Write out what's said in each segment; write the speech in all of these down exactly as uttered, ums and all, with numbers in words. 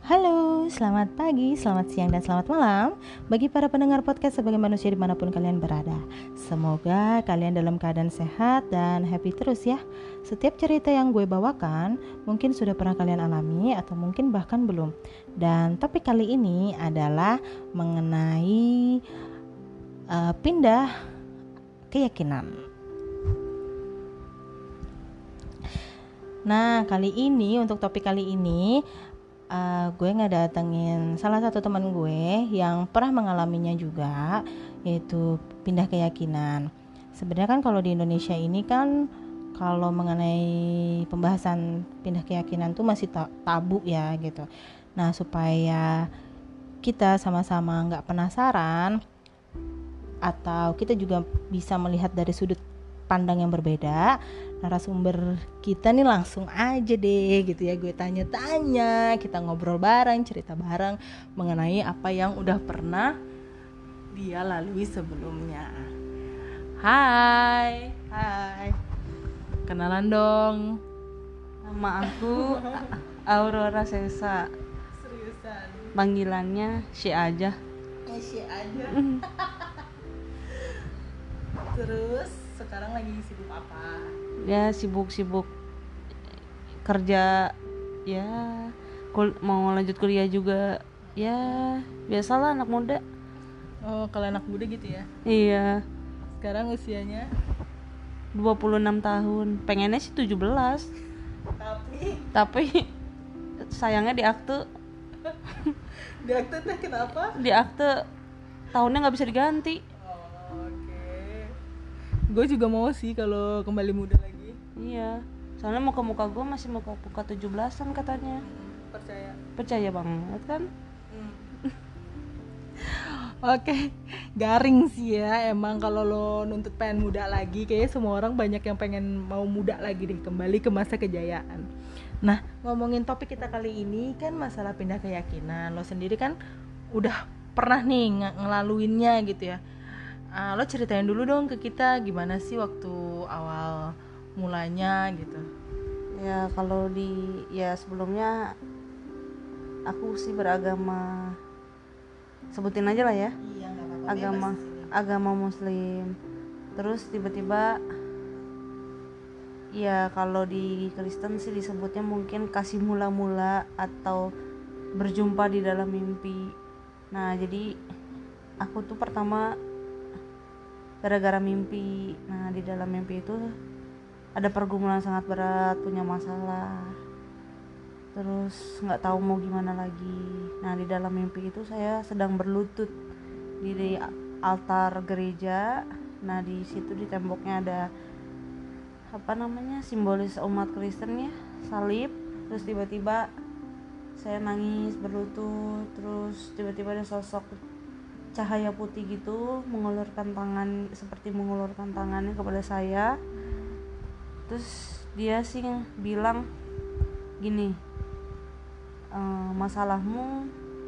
Halo, selamat pagi, selamat siang, dan selamat malam bagi para pendengar podcast sebagai manusia dimanapun kalian berada. Semoga kalian dalam keadaan sehat dan happy terus ya. Setiap cerita yang gue bawakan mungkin sudah pernah kalian alami atau mungkin bahkan belum. Dan topik kali ini adalah mengenai uh, pindah keyakinan. Nah, kali ini untuk topik kali ini Uh, gue ngedatengin salah satu teman gue yang pernah mengalaminya juga, yaitu pindah keyakinan. Sebenarnya kan kalau di Indonesia ini kan kalau mengenai pembahasan pindah keyakinan tuh masih tabu ya gitu. Nah, supaya kita sama-sama nggak penasaran atau kita juga bisa melihat dari sudut pandang yang berbeda, narasumber kita nih langsung aja deh gitu ya, gue tanya-tanya, kita ngobrol bareng, cerita bareng mengenai apa yang udah pernah dia lalui sebelumnya. Hai, hai, kenalan dong. Nama aku Aurora Sesa. Seriusan? Panggilannya Sy aja. Eh, Sy aja. Terus sekarang lagi sibuk apa? Ya sibuk-sibuk kerja, ya kul- mau lanjut kuliah juga, ya biasalah anak muda. Oh, kalau anak muda gitu ya? Iya. Sekarang usianya dua puluh enam tahun. Pengennya sih tujuh belas. Tapi Tapi sayangnya di akte. Di akte teh kenapa? Di akte tahunnya nggak bisa diganti. Oh, oke. Okay. Gue juga mau sih kalau kembali muda lagi. Iya. Soalnya muka-muka gue masih muka-muka tujuh belasan katanya. Hmm, percaya. Percaya banget kan? Hmm. Oke, okay. Garing sih ya. Emang kalau lo nuntut pengen muda lagi, kayaknya semua orang banyak yang pengen mau muda lagi deh, kembali ke masa kejayaan. Nah, ngomongin topik kita kali ini kan masalah pindah keyakinan. Lo sendiri kan udah pernah nih ng- ngelaluinnya gitu ya. Uh, lo ceritain dulu dong ke kita gimana sih waktu awal mulanya gitu. Ya kalau di ya sebelumnya aku sih beragama, sebutin aja lah ya. Iya, nggak apa-apa. Agama agama Muslim. Terus tiba-tiba ya kalau di Kristen sih disebutnya mungkin kasih mula-mula atau berjumpa di dalam mimpi. Nah jadi aku tuh pertama gara-gara mimpi. Nah di dalam mimpi itu ada pergumulan sangat berat, punya masalah, terus nggak tahu mau gimana lagi. Nah di dalam mimpi itu saya sedang berlutut di altar gereja. Nah di situ di temboknya ada apa namanya simbolis umat Kristen ya, salib. Terus tiba-tiba saya nangis berlutut, terus tiba-tiba ada sosok cahaya putih gitu mengulurkan tangan, seperti mengulurkan tangannya kepada saya. Terus dia sih bilang gini, e, masalahmu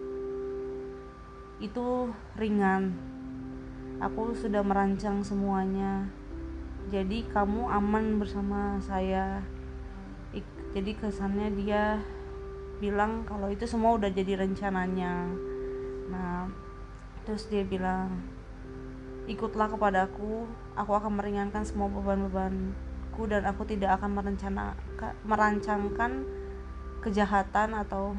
itu ringan, aku sudah merancang semuanya, jadi kamu aman bersama saya. Jadi kesannya dia bilang kalau itu semua udah jadi rencananya. Nah terus dia bilang, ikutlah kepadaku, aku akan meringankan semua beban-bebanku dan aku tidak akan merencana, merancangkan kejahatan atau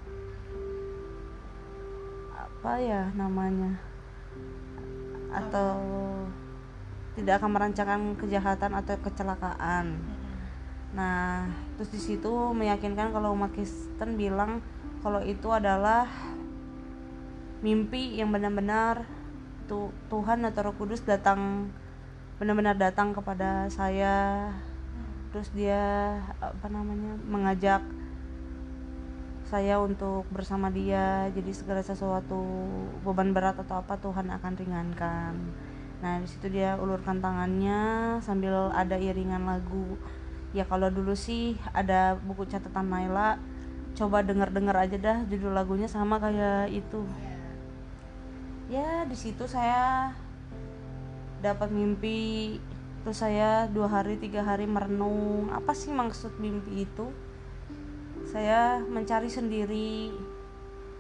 apa ya namanya, atau tidak akan merancangkan kejahatan atau kecelakaan. Nah terus di situ meyakinkan kalau umat Kristen bilang kalau itu adalah mimpi yang benar-benar tuh Tuhan atau Roh Kudus datang, benar-benar datang kepada saya. Terus dia apa namanya mengajak saya untuk bersama dia, jadi segala sesuatu beban berat atau apa Tuhan akan ringankan. Nah di situ dia ulurkan tangannya sambil ada iringan lagu. Ya kalau dulu sih ada buku catatan Naila, coba denger-denger aja dah judul lagunya sama kayak itu. Ya di situ saya dapat mimpi. Terus saya dua hari tiga hari merenung apa sih maksud mimpi itu. Saya mencari sendiri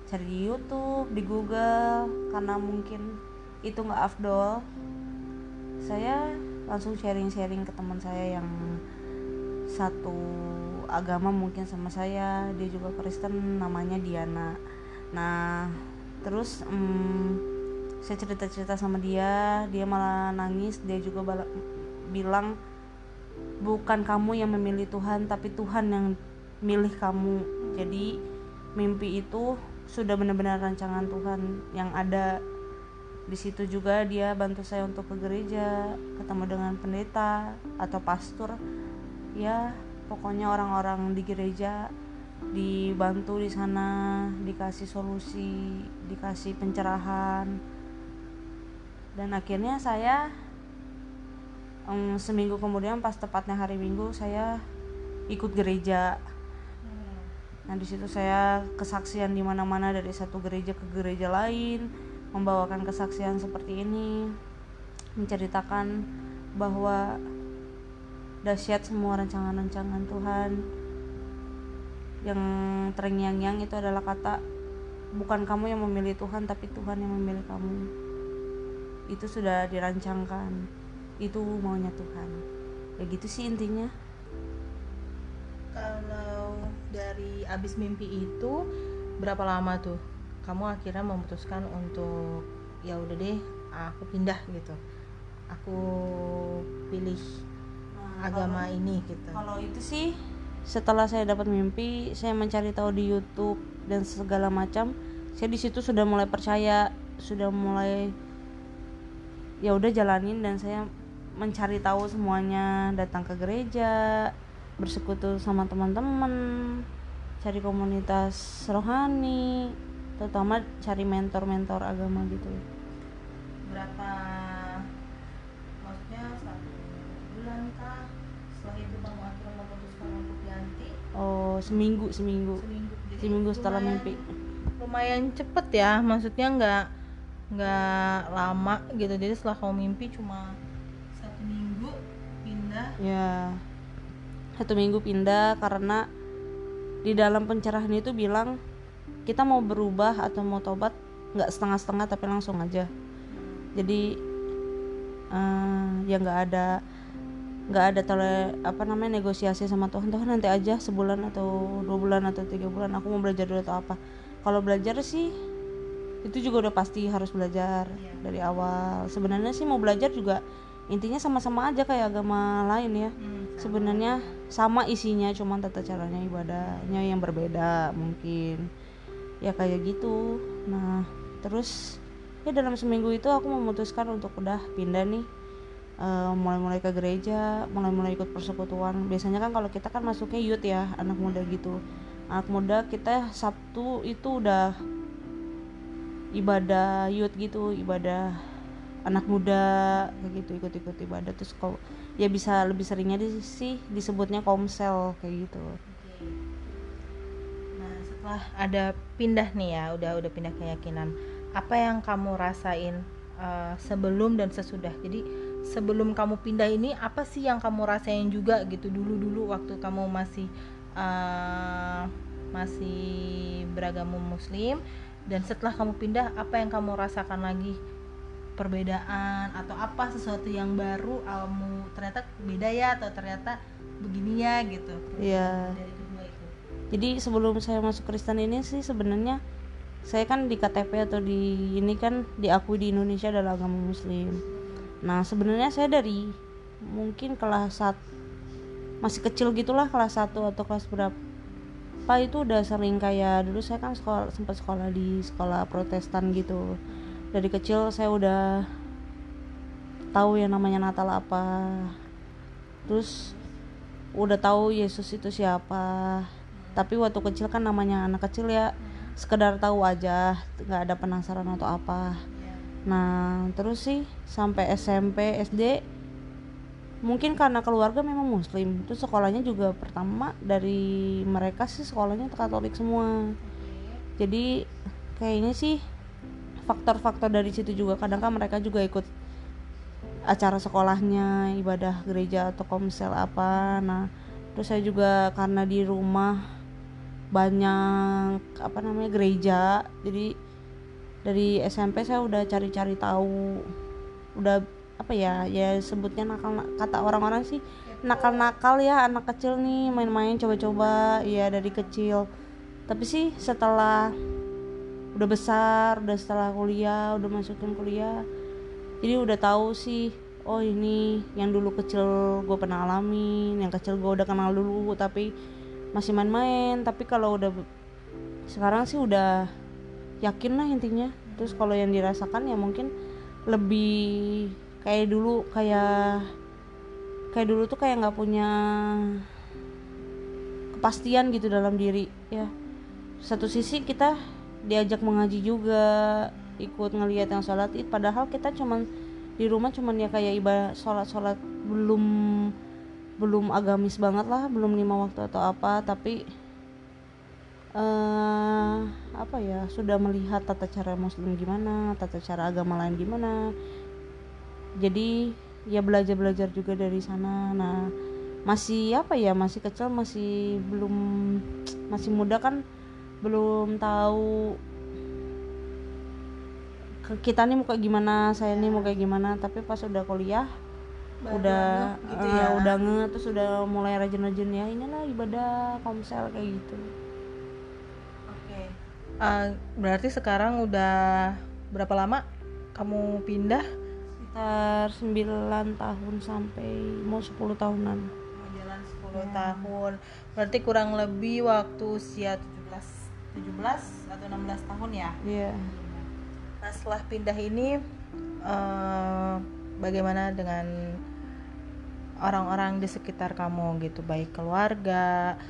cari di YouTube, di Google. Karena mungkin itu nggak afdol, saya langsung sharing-sharing ke teman saya yang satu agama mungkin sama saya, dia juga Kristen, namanya Diana. Nah terus um, saya cerita-cerita sama dia, dia malah nangis. Dia juga bala- bilang bukan kamu yang memilih Tuhan, tapi Tuhan yang milih kamu. Jadi mimpi itu sudah benar-benar rancangan Tuhan yang ada. Di situ juga dia bantu saya untuk ke gereja, ketemu dengan pendeta atau pastor, ya pokoknya orang-orang di gereja dibantu di sana, dikasih solusi, dikasih pencerahan. Dan akhirnya saya um, seminggu kemudian, pas tepatnya hari Minggu, saya ikut gereja. Nah di situ saya kesaksian di mana-mana, dari satu gereja ke gereja lain, membawakan kesaksian seperti ini, menceritakan bahwa dahsyat semua rancangan-rancangan Tuhan. Yang terngiang-ngiang itu adalah kata, bukan kamu yang memilih Tuhan, tapi Tuhan yang memilih kamu. Itu sudah dirancangkan, itu maunya Tuhan. Ya gitu sih intinya. Kalau dari abis mimpi itu berapa lama tuh kamu akhirnya memutuskan untuk ya udah deh aku pindah gitu, aku pilih Nah, agama kalau, ini gitu? Kalau itu sih setelah saya dapat mimpi, saya mencari tahu di YouTube dan segala macam. Saya di situ sudah mulai percaya, sudah mulai ya udah jalanin, dan saya mencari tahu semuanya, datang ke gereja, bersekutu sama teman-teman, cari komunitas rohani, terutama cari mentor-mentor agama gitu. Berapa, maksudnya satu bulan kah setelah itu kamu akhirnya memutuskan untuk ganti? Oh seminggu seminggu Seminggu. Jadi seminggu setelah lumayan- mimpi. lumayan cepet ya, maksudnya nggak nggak lama gitu. Jadi setelah kamu mimpi cuma satu minggu pindah. Ya satu minggu pindah, karena di dalam pencerahan itu bilang kita mau berubah atau mau tobat nggak setengah-setengah, tapi langsung aja. Jadi uh, ya nggak ada nggak ada tole apa namanya negosiasi sama Tuhan. Tuhan nanti aja, sebulan atau dua bulan atau tiga bulan, aku mau belajar dulu atau apa. Kalau belajar sih itu juga udah pasti harus belajar dari awal. Sebenarnya sih mau belajar juga intinya sama-sama aja kayak agama lain ya. Hmm, Sebenarnya sama isinya, cuma tata caranya ibadahnya yang berbeda mungkin. Ya kayak gitu. Nah terus ya dalam seminggu itu aku memutuskan untuk udah pindah nih, uh, mulai-mulai ke gereja, mulai-mulai ikut persekutuan. Biasanya kan kalau kita kan masuknya youth ya, anak muda gitu. Anak muda kita Sabtu itu udah ibadah youth gitu, ibadah anak muda kayak gitu, ikut-ikut ibadah. Terus kok ya bisa lebih seringnya di, sih disebutnya komsel kayak gitu. Nah setelah ada pindah nih ya, udah udah pindah keyakinan, apa yang kamu rasain uh, sebelum dan sesudah? Jadi sebelum kamu pindah ini apa sih yang kamu rasain juga gitu dulu-dulu waktu kamu masih uh, masih beragama Muslim, dan setelah kamu pindah apa yang kamu rasakan lagi, perbedaan atau apa sesuatu yang baru, kamu ternyata beda ya atau ternyata begini ya gitu? Iya. Dari kedua itu. Jadi sebelum saya masuk Kristen ini sih sebenarnya saya kan di K T P atau di ini kan diakui di Indonesia adalah agama Muslim. Nah sebenarnya saya dari mungkin kelas satu, masih kecil gitulah, kelas satu atau kelas berapa itu udah sering kayak, dulu saya kan sekolah, sempat sekolah di sekolah Protestan gitu. Dari kecil saya udah tahu yang namanya Natal apa, terus udah tahu Yesus itu siapa. Tapi waktu kecil kan namanya anak kecil ya, sekedar tahu aja, nggak ada penasaran atau apa. Nah terus sih sampai S M P S D, mungkin karena keluarga memang Muslim, terus sekolahnya juga pertama dari mereka sih sekolahnya Katolik semua. Jadi kayaknya sih faktor-faktor dari situ juga. Kadang kan mereka juga ikut acara sekolahnya, ibadah gereja atau komsel apa. Nah terus saya juga karena di rumah banyak apa namanya gereja. Jadi dari S M P saya udah cari-cari tahu, udah apa ya ya sebutnya nakal, kata orang-orang sih nakal-nakal ya, anak kecil nih main-main coba-coba ya dari kecil. Tapi sih setelah udah besar, udah setelah kuliah, udah masukin kuliah, jadi udah tahu sih, oh ini yang dulu kecil gue pernah alamin, yang kecil gue udah kenal dulu tapi masih main-main. Tapi kalau udah sekarang sih udah yakin lah intinya. Terus kalau yang dirasakan ya mungkin lebih kayak dulu, kayak kayak dulu tuh kayak nggak punya kepastian gitu dalam diri ya. Satu sisi kita diajak mengaji juga, ikut ngelihat yang sholat id, padahal kita cuman di rumah cuman ya kayak ibadah sholat-sholat, belum belum agamis banget lah, belum lima waktu atau apa, tapi uh, apa ya sudah melihat tata cara muslim gimana, tata cara agama lain gimana. Jadi ya belajar-belajar juga dari sana. Nah masih apa ya masih kecil, masih belum, masih muda kan, belum tahu kita nih mau kayak gimana, saya nih mau kayak gimana. Tapi pas udah kuliah Baru udah gitu uh, ya. udah nge terus udah mulai rajin-rajin ya inilah ibadah komsel kayak gitu. Oke. Okay. Uh, berarti sekarang udah berapa lama kamu pindah? Sekitar sembilan tahun sampai mau sepuluh tahunan. Mau jalan sepuluh ya. Tahun. Berarti kurang lebih waktu usia tujuh belas atau enam belas tahun ya? Iya. Yeah. Nah setelah pindah ini uh, bagaimana dengan orang-orang di sekitar kamu gitu, baik keluarga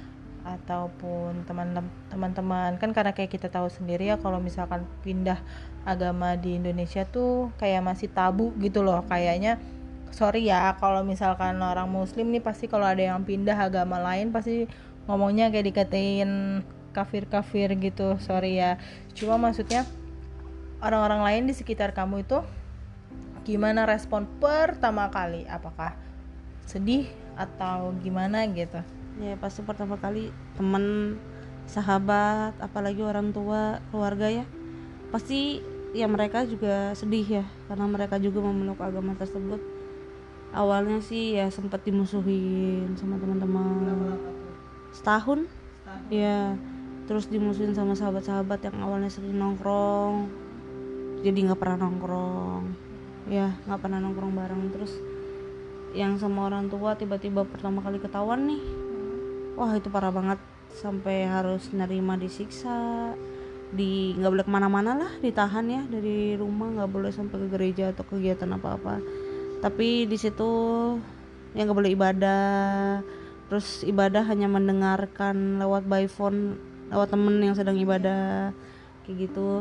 ataupun teman-teman, kan karena kayak kita tahu sendiri ya kalau misalkan pindah agama di Indonesia tuh kayak masih tabu gitu loh. Kayaknya sorry ya kalau misalkan orang muslim nih pasti kalau ada yang pindah agama lain pasti ngomongnya kayak dikatain kafir-kafir gitu, sorry ya. Cuma maksudnya orang-orang lain di sekitar kamu itu gimana respon pertama kali? Apakah sedih atau gimana gitu? Ya pasti pertama kali teman, sahabat, apalagi orang tua, keluarga ya, pasti ya mereka juga sedih ya, karena mereka juga memeluk agama tersebut. Awalnya sih ya sempat dimusuhin sama teman-teman. Setahun? Setahun. Ya, terus dimusuhin sama sahabat-sahabat yang awalnya sering nongkrong, jadi nggak pernah nongkrong, ya nggak pernah nongkrong bareng. Terus yang sama orang tua tiba-tiba pertama kali ketahuan nih, wah itu parah banget, sampai harus nerima disiksa, di nggak boleh kemana-mana lah, ditahan ya dari rumah, nggak boleh sampai ke gereja atau kegiatan apa-apa. Tapi di situ ya nggak boleh ibadah, terus ibadah hanya mendengarkan lewat by phone, lewat temen yang sedang ibadah kayak gitu.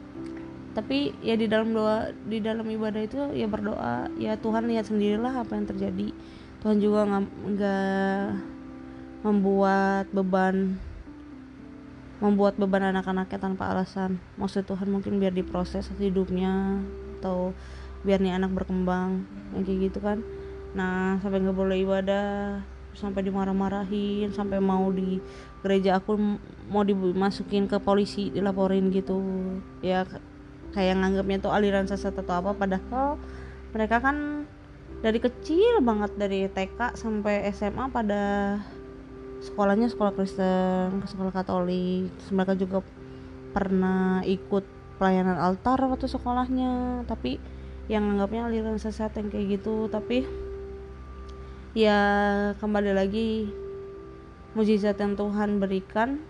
Tapi ya di dalam doa, di dalam ibadah itu ya berdoa, ya Tuhan lihat sendirilah apa yang terjadi. Tuhan juga nggak nggak membuat beban membuat beban anak-anaknya tanpa alasan. Maksud Tuhan mungkin biar diproses hidupnya, atau biar nih anak berkembang yang kayak gitu kan. Nah sampai nggak boleh ibadah, sampai dimarah-marahin, sampai mau di gereja aku mau dimasukin ke polisi, dilaporin gitu ya, kayak nganggapnya tuh aliran sesat atau apa, padahal mereka kan dari kecil banget, dari T K sampai S M A pada sekolahnya sekolah Kristen, sekolah Katolik. Terus mereka juga pernah ikut pelayanan altar waktu sekolahnya, tapi yang nganggapnya aliran sesat yang kayak gitu. Tapi ya kembali lagi, mujizat yang Tuhan berikan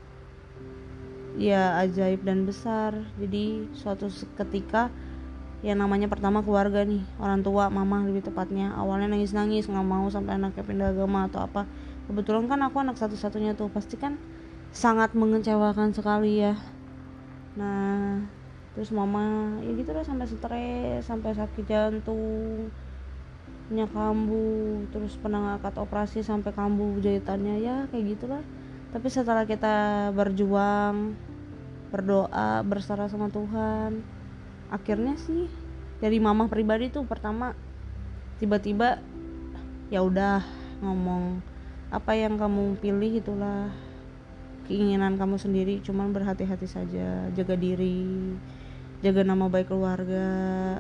ya ajaib dan besar. Jadi suatu ketika yang namanya pertama keluarga nih, orang tua, mama lebih tepatnya, awalnya nangis-nangis nggak mau sampai anaknya pindah agama atau apa. Kebetulan kan aku anak satu-satunya tuh, pasti kan sangat mengecewakan sekali ya. Nah terus mama ya gitu lah, sampai stres, sampai sakit jantung, nya kambuh, terus pernah ngangkat operasi sampai kambuh jahitannya, ya kayak gitulah. Tapi setelah kita berjuang, berdoa, berserah sama Tuhan, akhirnya sih dari mama pribadi tuh pertama tiba-tiba ya udah ngomong, apa yang kamu pilih itulah, keinginan kamu sendiri, cuman berhati-hati saja, jaga diri, jaga nama baik keluarga,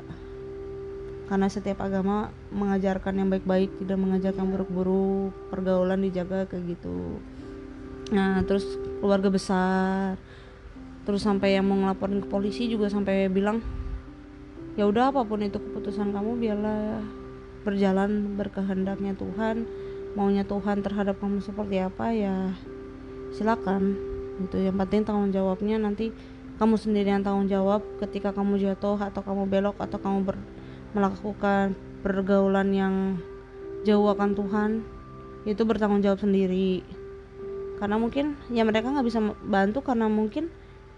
karena setiap agama mengajarkan yang baik-baik, tidak mengajarkan buruk-buruk, pergaulan dijaga kayak gitu. Nah terus keluarga besar, terus sampai yang mau ngelaporin ke polisi juga sampai bilang ya udah apapun itu keputusan kamu, biarlah berjalan berkehendaknya Tuhan, maunya Tuhan terhadap kamu seperti apa ya silakan. Itu yang penting tanggung jawabnya nanti kamu sendiri yang tanggung jawab ketika kamu jatuh atau kamu belok atau kamu ber, melakukan pergaulan yang jauh akan Tuhan, itu bertanggung jawab sendiri. Karena mungkin ya mereka nggak bisa bantu karena mungkin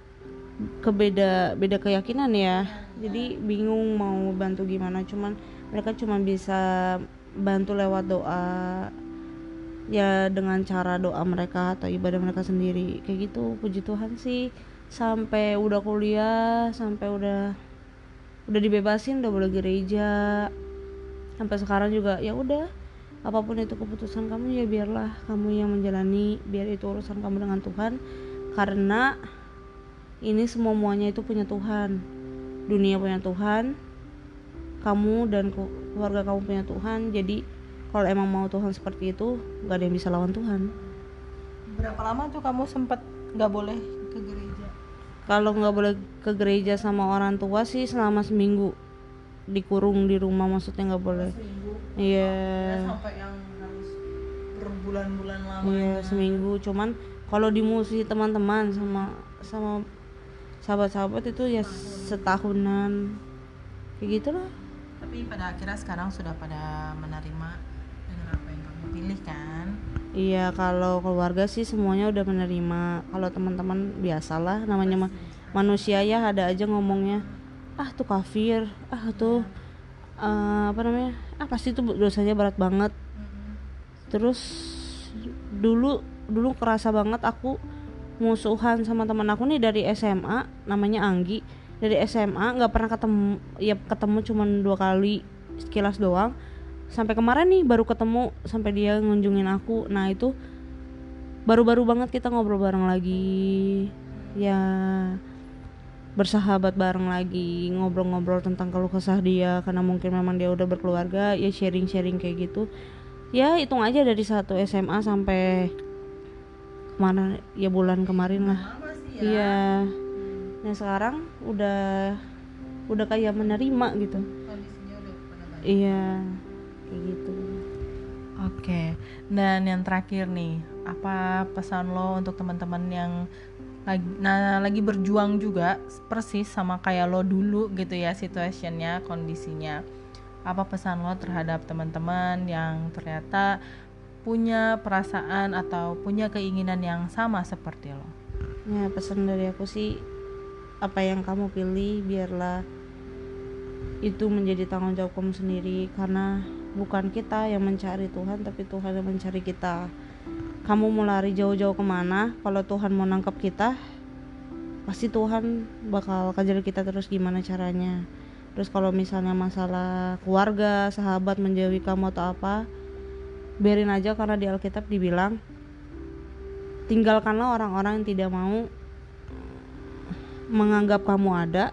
kebeda beda keyakinan ya, jadi bingung mau bantu gimana, cuman mereka cuma bisa bantu lewat doa ya, dengan cara doa mereka atau ibadah mereka sendiri kayak gitu. Puji Tuhan sih sampai udah kuliah, sampai udah udah dibebasin, udah boleh gereja sampai sekarang juga. Ya udah apapun itu keputusan kamu ya biarlah kamu yang menjalani, biar itu urusan kamu dengan Tuhan, karena ini semua muanya itu punya Tuhan, dunia punya Tuhan, kamu dan keluarga kamu punya Tuhan. Jadi kalau emang mau Tuhan seperti itu, gak ada yang bisa lawan Tuhan. Berapa lama tuh kamu sempat gak boleh ke gereja? Kalau gak boleh ke gereja sama orang tua sih selama seminggu, dikurung di rumah, maksudnya gak boleh. Iya. Ya, sampai yang harus berbulan-bulan lama. Iya seminggu. Cuman kalau dimusuhi teman-teman sama sama sahabat-sahabat itu ya setahunan kayak gitulah. Tapi pada akhirnya sekarang sudah pada menerima dengan apa yang kamu pilih kan? Iya, kalau keluarga sih semuanya udah menerima. Kalau teman-teman biasalah, namanya ma- manusia ya, ada aja ngomongnya ah tuh kafir, ah tuh uh, apa namanya, ah pasti tuh dosanya berat banget. Terus dulu dulu kerasa banget aku musuhan sama teman aku nih dari S M A, namanya Anggi. Dari S M A nggak pernah ketemu, ya ketemu cuma dua kali sekilas doang. Sampai kemarin nih baru ketemu, sampai dia ngunjungin aku. Nah itu baru-baru banget kita ngobrol bareng lagi, ya bersahabat bareng lagi, ngobrol-ngobrol tentang keluh kesah dia, karena mungkin memang dia udah berkeluarga, ya sharing-sharing kayak gitu. Ya hitung aja dari satu S M A sampai kemana ya, bulan kemarin lah. Iya. Nah sekarang udah udah kayak menerima gitu. Kondisinya udah pada baik. Iya kayak gitu. Oke, dan yang terakhir nih, apa pesan lo untuk teman-teman yang lagi, nah, lagi berjuang juga persis sama kayak lo dulu gitu ya situationnya, kondisinya. Apa pesan lo terhadap teman-teman yang ternyata punya perasaan atau punya keinginan yang sama seperti lo? Ya pesan dari aku sih, apa yang kamu pilih biarlah itu menjadi tanggung jawab kamu sendiri, karena bukan kita yang mencari Tuhan, tapi Tuhan yang mencari kita. Kamu mau lari jauh-jauh kemana, kalau Tuhan mau nangkap kita, pasti Tuhan bakal kejar kita terus gimana caranya. Terus kalau misalnya masalah keluarga, sahabat menjauhi kamu atau apa, biarin aja, karena di Alkitab dibilang tinggalkanlah orang-orang yang tidak mau menganggap kamu ada.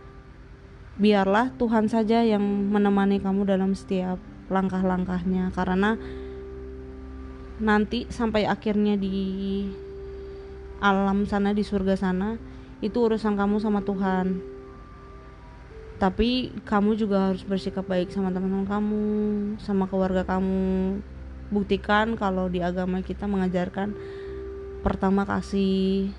Biarlah Tuhan saja yang menemani kamu dalam setiap langkah-langkahnya, karena nanti sampai akhirnya di alam sana, di surga sana, itu urusan kamu sama Tuhan. Tapi kamu juga harus bersikap baik sama teman-teman kamu, sama keluarga kamu. Buktikan kalau di agama kita mengajarkan pertama kasih,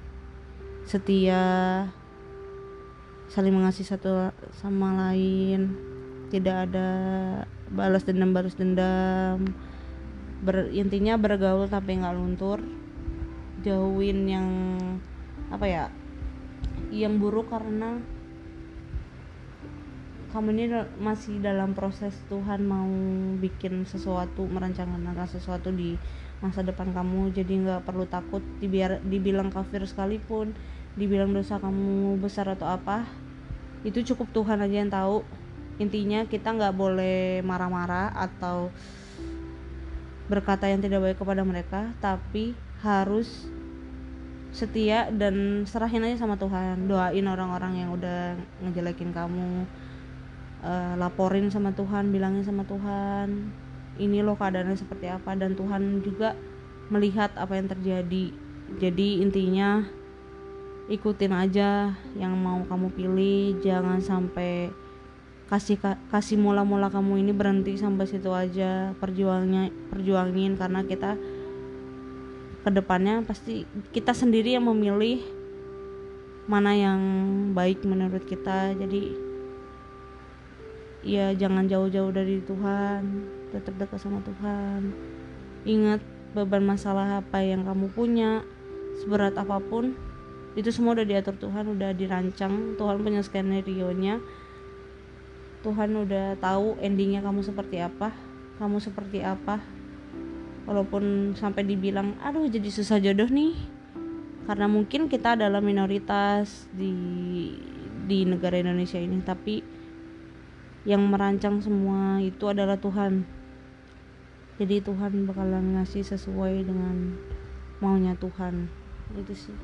setia, saling mengasihi satu sama lain, tidak ada balas dendam balas dendam. Ber, intinya bergaul tapi nggak luntur, jauhin yang apa ya, yang buruk, karena kamu ini masih dalam proses Tuhan mau bikin sesuatu, merencanakan sesuatu di masa depan kamu. Jadi nggak perlu takut dibiar, dibilang kafir sekalipun, dibilang dosa kamu besar atau apa, itu cukup Tuhan aja yang tahu. Intinya kita nggak boleh marah-marah atau berkata yang tidak baik kepada mereka, tapi harus setia dan serahin aja sama Tuhan. Doain orang-orang yang udah ngejelekin kamu, uh, laporin sama Tuhan, bilangin sama Tuhan ini loh keadaannya seperti apa, dan Tuhan juga melihat apa yang terjadi. Jadi intinya ikutin aja yang mau kamu pilih, jangan sampai kasih kasih mula-mula kamu ini berhenti sampai situ aja. Perjuangnya perjuangin, karena kita kedepannya pasti kita sendiri yang memilih mana yang baik menurut kita. Jadi ya jangan jauh-jauh dari Tuhan, tetap dekat sama Tuhan. Ingat beban masalah apa yang kamu punya, seberat apapun, itu semua udah diatur Tuhan, udah dirancang. Tuhan punya skenario-nya. Tuhan udah tahu endingnya kamu seperti apa, kamu seperti apa. Walaupun sampai dibilang aduh jadi susah jodoh nih, karena mungkin kita adalah minoritas di di negara Indonesia ini, tapi yang merancang semua itu adalah Tuhan. Jadi Tuhan bakalan ngasih sesuai dengan maunya Tuhan. Itu sih.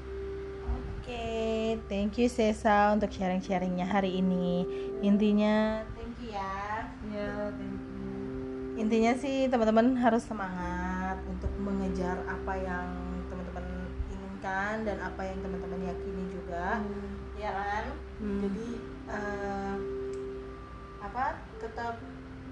Oke, thank you Sesa untuk sharing-sharingnya hari ini. Intinya thank you ya. Ya, thank you. Intinya sih teman-teman harus semangat untuk mengejar apa yang teman-teman inginkan dan apa yang teman-teman yakini juga, hmm. ya kan? Hmm. Jadi uh, apa tetap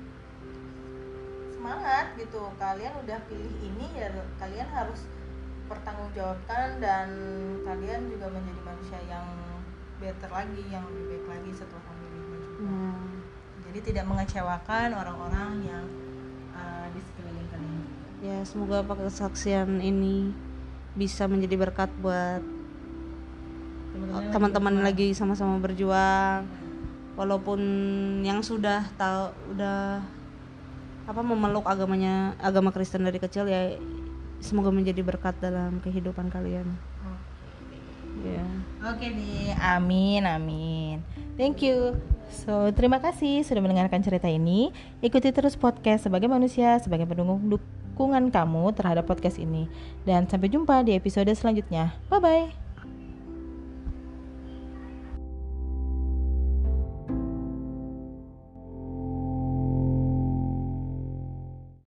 semangat gitu. Kalian udah pilih ini ya, kalian harus pertanggungjawabkan, dan kalian juga menjadi manusia yang better lagi, yang lebih baik lagi setelah memilihnya juga. Hmm. Jadi tidak mengecewakan orang-orang yang uh, di sekeliling kalian. Ya, semoga kesaksian ini bisa menjadi berkat buat teman-teman, teman-teman lagi, lagi sama-sama berjuang. Walaupun yang sudah tahu udah apa memeluk agamanya, agama Kristen dari kecil, ya semoga menjadi berkat dalam kehidupan kalian. Oke. Ya. Oke deh, amin amin. Thank you. So, terima kasih sudah mendengarkan cerita ini. Ikuti terus podcast Sebagai Manusia sebagai pendukung dukungan kamu terhadap podcast ini. Dan sampai jumpa di episode selanjutnya. Bye bye.